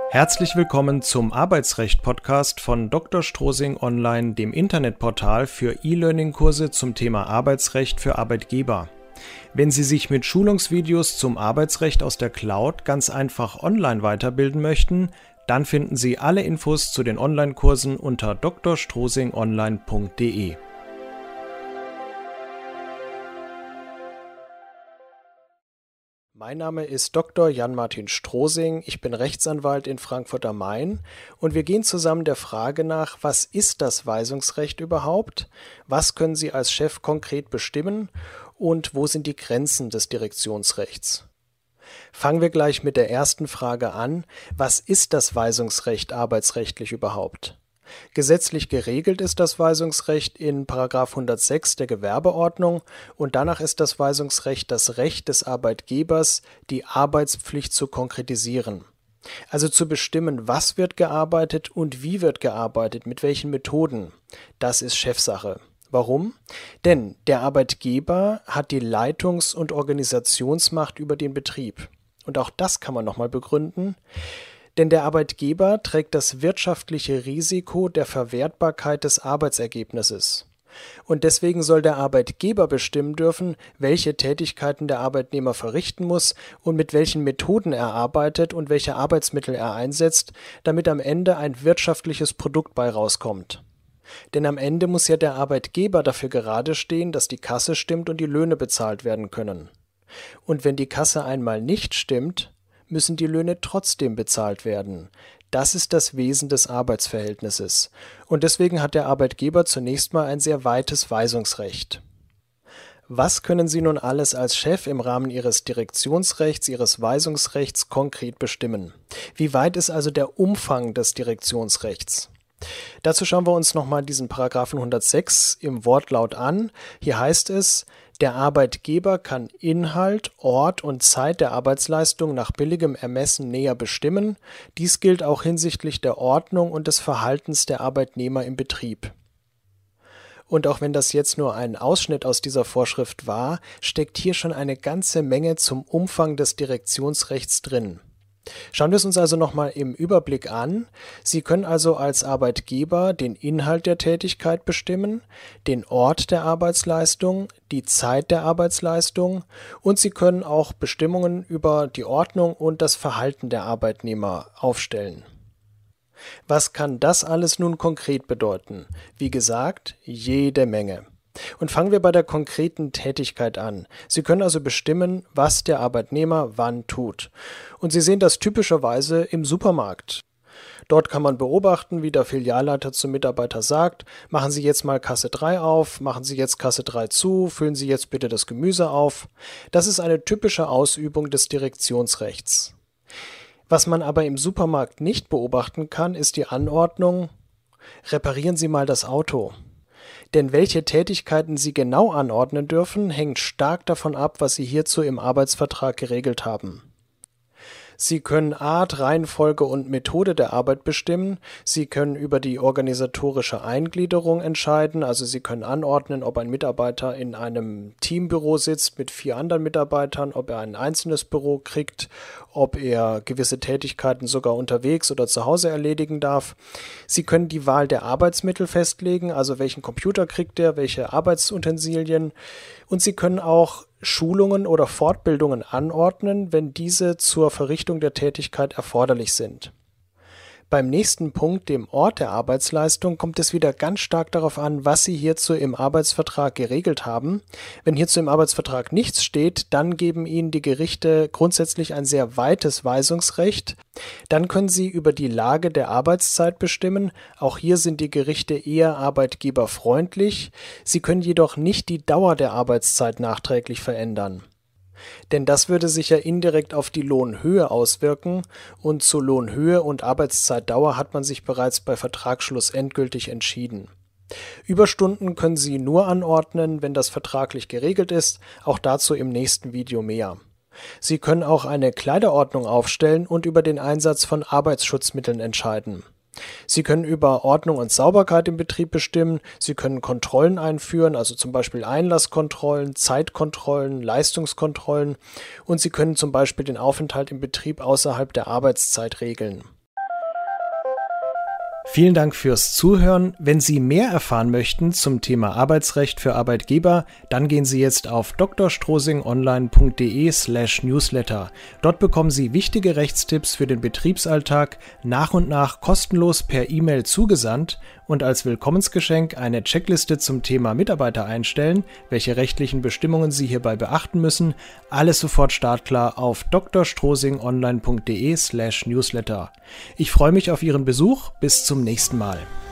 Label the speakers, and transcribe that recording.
Speaker 1: Herzlich willkommen zum Arbeitsrecht-Podcast von Dr. Strosing Online, dem Internetportal für E-Learning-Kurse zum Thema Arbeitsrecht für Arbeitgeber. Wenn Sie sich mit Schulungsvideos zum Arbeitsrecht aus der Cloud ganz einfach online weiterbilden möchten, dann finden Sie alle Infos zu den Online-Kursen unter drstrosingonline.de. Mein Name ist Dr. Jan-Martin Strosing, ich bin Rechtsanwalt in Frankfurt am Main und wir gehen zusammen der Frage nach, was ist das Weisungsrecht überhaupt, was können Sie als Chef konkret bestimmen und wo sind die Grenzen des Direktionsrechts? Fangen wir gleich mit der ersten Frage an, was ist das Weisungsrecht arbeitsrechtlich überhaupt? Gesetzlich geregelt ist das Weisungsrecht in § 106 der Gewerbeordnung und danach ist das Weisungsrecht das Recht des Arbeitgebers, die Arbeitspflicht zu konkretisieren. Also zu bestimmen, was wird gearbeitet und wie wird gearbeitet, mit welchen Methoden. Das ist Chefsache. Warum? Denn der Arbeitgeber hat die Leitungs- und Organisationsmacht über den Betrieb. Und auch das kann man nochmal begründen. Denn der Arbeitgeber trägt das wirtschaftliche Risiko der Verwertbarkeit des Arbeitsergebnisses. Und deswegen soll der Arbeitgeber bestimmen dürfen, welche Tätigkeiten der Arbeitnehmer verrichten muss und mit welchen Methoden er arbeitet und welche Arbeitsmittel er einsetzt, damit am Ende ein wirtschaftliches Produkt bei rauskommt. Denn am Ende muss ja der Arbeitgeber dafür gerade stehen, dass die Kasse stimmt und die Löhne bezahlt werden können. Und wenn die Kasse einmal nicht stimmt, müssen die Löhne trotzdem bezahlt werden. Das ist das Wesen des Arbeitsverhältnisses. Und deswegen hat der Arbeitgeber zunächst mal ein sehr weites Weisungsrecht. Was können Sie nun alles als Chef im Rahmen Ihres Direktionsrechts, Ihres Weisungsrechts konkret bestimmen? Wie weit ist also der Umfang des Direktionsrechts? Dazu schauen wir uns nochmal diesen § 106 im Wortlaut an. Hier heißt es, der Arbeitgeber kann Inhalt, Ort und Zeit der Arbeitsleistung nach billigem Ermessen näher bestimmen. Dies gilt auch hinsichtlich der Ordnung und des Verhaltens der Arbeitnehmer im Betrieb. Und auch wenn das jetzt nur ein Ausschnitt aus dieser Vorschrift war, steckt hier schon eine ganze Menge zum Umfang des Direktionsrechts drin. Schauen wir es uns also nochmal im Überblick an. Sie können also als Arbeitgeber den Inhalt der Tätigkeit bestimmen, den Ort der Arbeitsleistung, die Zeit der Arbeitsleistung und Sie können auch Bestimmungen über die Ordnung und das Verhalten der Arbeitnehmer aufstellen. Was kann das alles nun konkret bedeuten? Wie gesagt, jede Menge. Und fangen wir bei der konkreten Tätigkeit an. Sie können also bestimmen, was der Arbeitnehmer wann tut. Und Sie sehen das typischerweise im Supermarkt. Dort kann man beobachten, wie der Filialleiter zum Mitarbeiter sagt, machen Sie jetzt mal Kasse 3 auf, machen Sie jetzt Kasse 3 zu, füllen Sie jetzt bitte das Gemüse auf. Das ist eine typische Ausübung des Direktionsrechts. Was man aber im Supermarkt nicht beobachten kann, ist die Anordnung, reparieren Sie mal das Auto. Denn welche Tätigkeiten Sie genau anordnen dürfen, hängt stark davon ab, was Sie hierzu im Arbeitsvertrag geregelt haben. Sie können Art, Reihenfolge und Methode der Arbeit bestimmen. Sie können über die organisatorische Eingliederung entscheiden. Also Sie können anordnen, ob ein Mitarbeiter in einem Teambüro sitzt mit 4 anderen Mitarbeitern, ob er ein einzelnes Büro kriegt, ob er gewisse Tätigkeiten sogar unterwegs oder zu Hause erledigen darf. Sie können die Wahl der Arbeitsmittel festlegen, also welchen Computer kriegt er, welche Arbeitsutensilien. Und Sie können auch Schulungen oder Fortbildungen anordnen, wenn diese zur Verrichtung der Tätigkeit erforderlich sind. Beim nächsten Punkt, dem Ort der Arbeitsleistung, kommt es wieder ganz stark darauf an, was Sie hierzu im Arbeitsvertrag geregelt haben. Wenn hierzu im Arbeitsvertrag nichts steht, dann geben Ihnen die Gerichte grundsätzlich ein sehr weites Weisungsrecht. Dann können Sie über die Lage der Arbeitszeit bestimmen. Auch hier sind die Gerichte eher arbeitgeberfreundlich. Sie können jedoch nicht die Dauer der Arbeitszeit nachträglich verändern. Denn das würde sich ja indirekt auf die Lohnhöhe auswirken und zu Lohnhöhe und Arbeitszeitdauer hat man sich bereits bei Vertragsschluss endgültig entschieden. Überstunden können Sie nur anordnen, wenn das vertraglich geregelt ist, auch dazu im nächsten Video mehr. Sie können auch eine Kleiderordnung aufstellen und über den Einsatz von Arbeitsschutzmitteln entscheiden. Sie können über Ordnung und Sauberkeit im Betrieb bestimmen, Sie können Kontrollen einführen, also zum Beispiel Einlasskontrollen, Zeitkontrollen, Leistungskontrollen und Sie können zum Beispiel den Aufenthalt im Betrieb außerhalb der Arbeitszeit regeln. Vielen Dank fürs Zuhören. Wenn Sie mehr erfahren möchten zum Thema Arbeitsrecht für Arbeitgeber, dann gehen Sie jetzt auf drstrosingonline.de/newsletter. Dort bekommen Sie wichtige Rechtstipps für den Betriebsalltag nach und nach kostenlos per E-Mail zugesandt und als Willkommensgeschenk eine Checkliste zum Thema Mitarbeiter einstellen, welche rechtlichen Bestimmungen Sie hierbei beachten müssen. Alles sofort startklar auf drstrosingonline.de/newsletter. Ich freue mich auf Ihren Besuch. Bis zum nächsten Mal.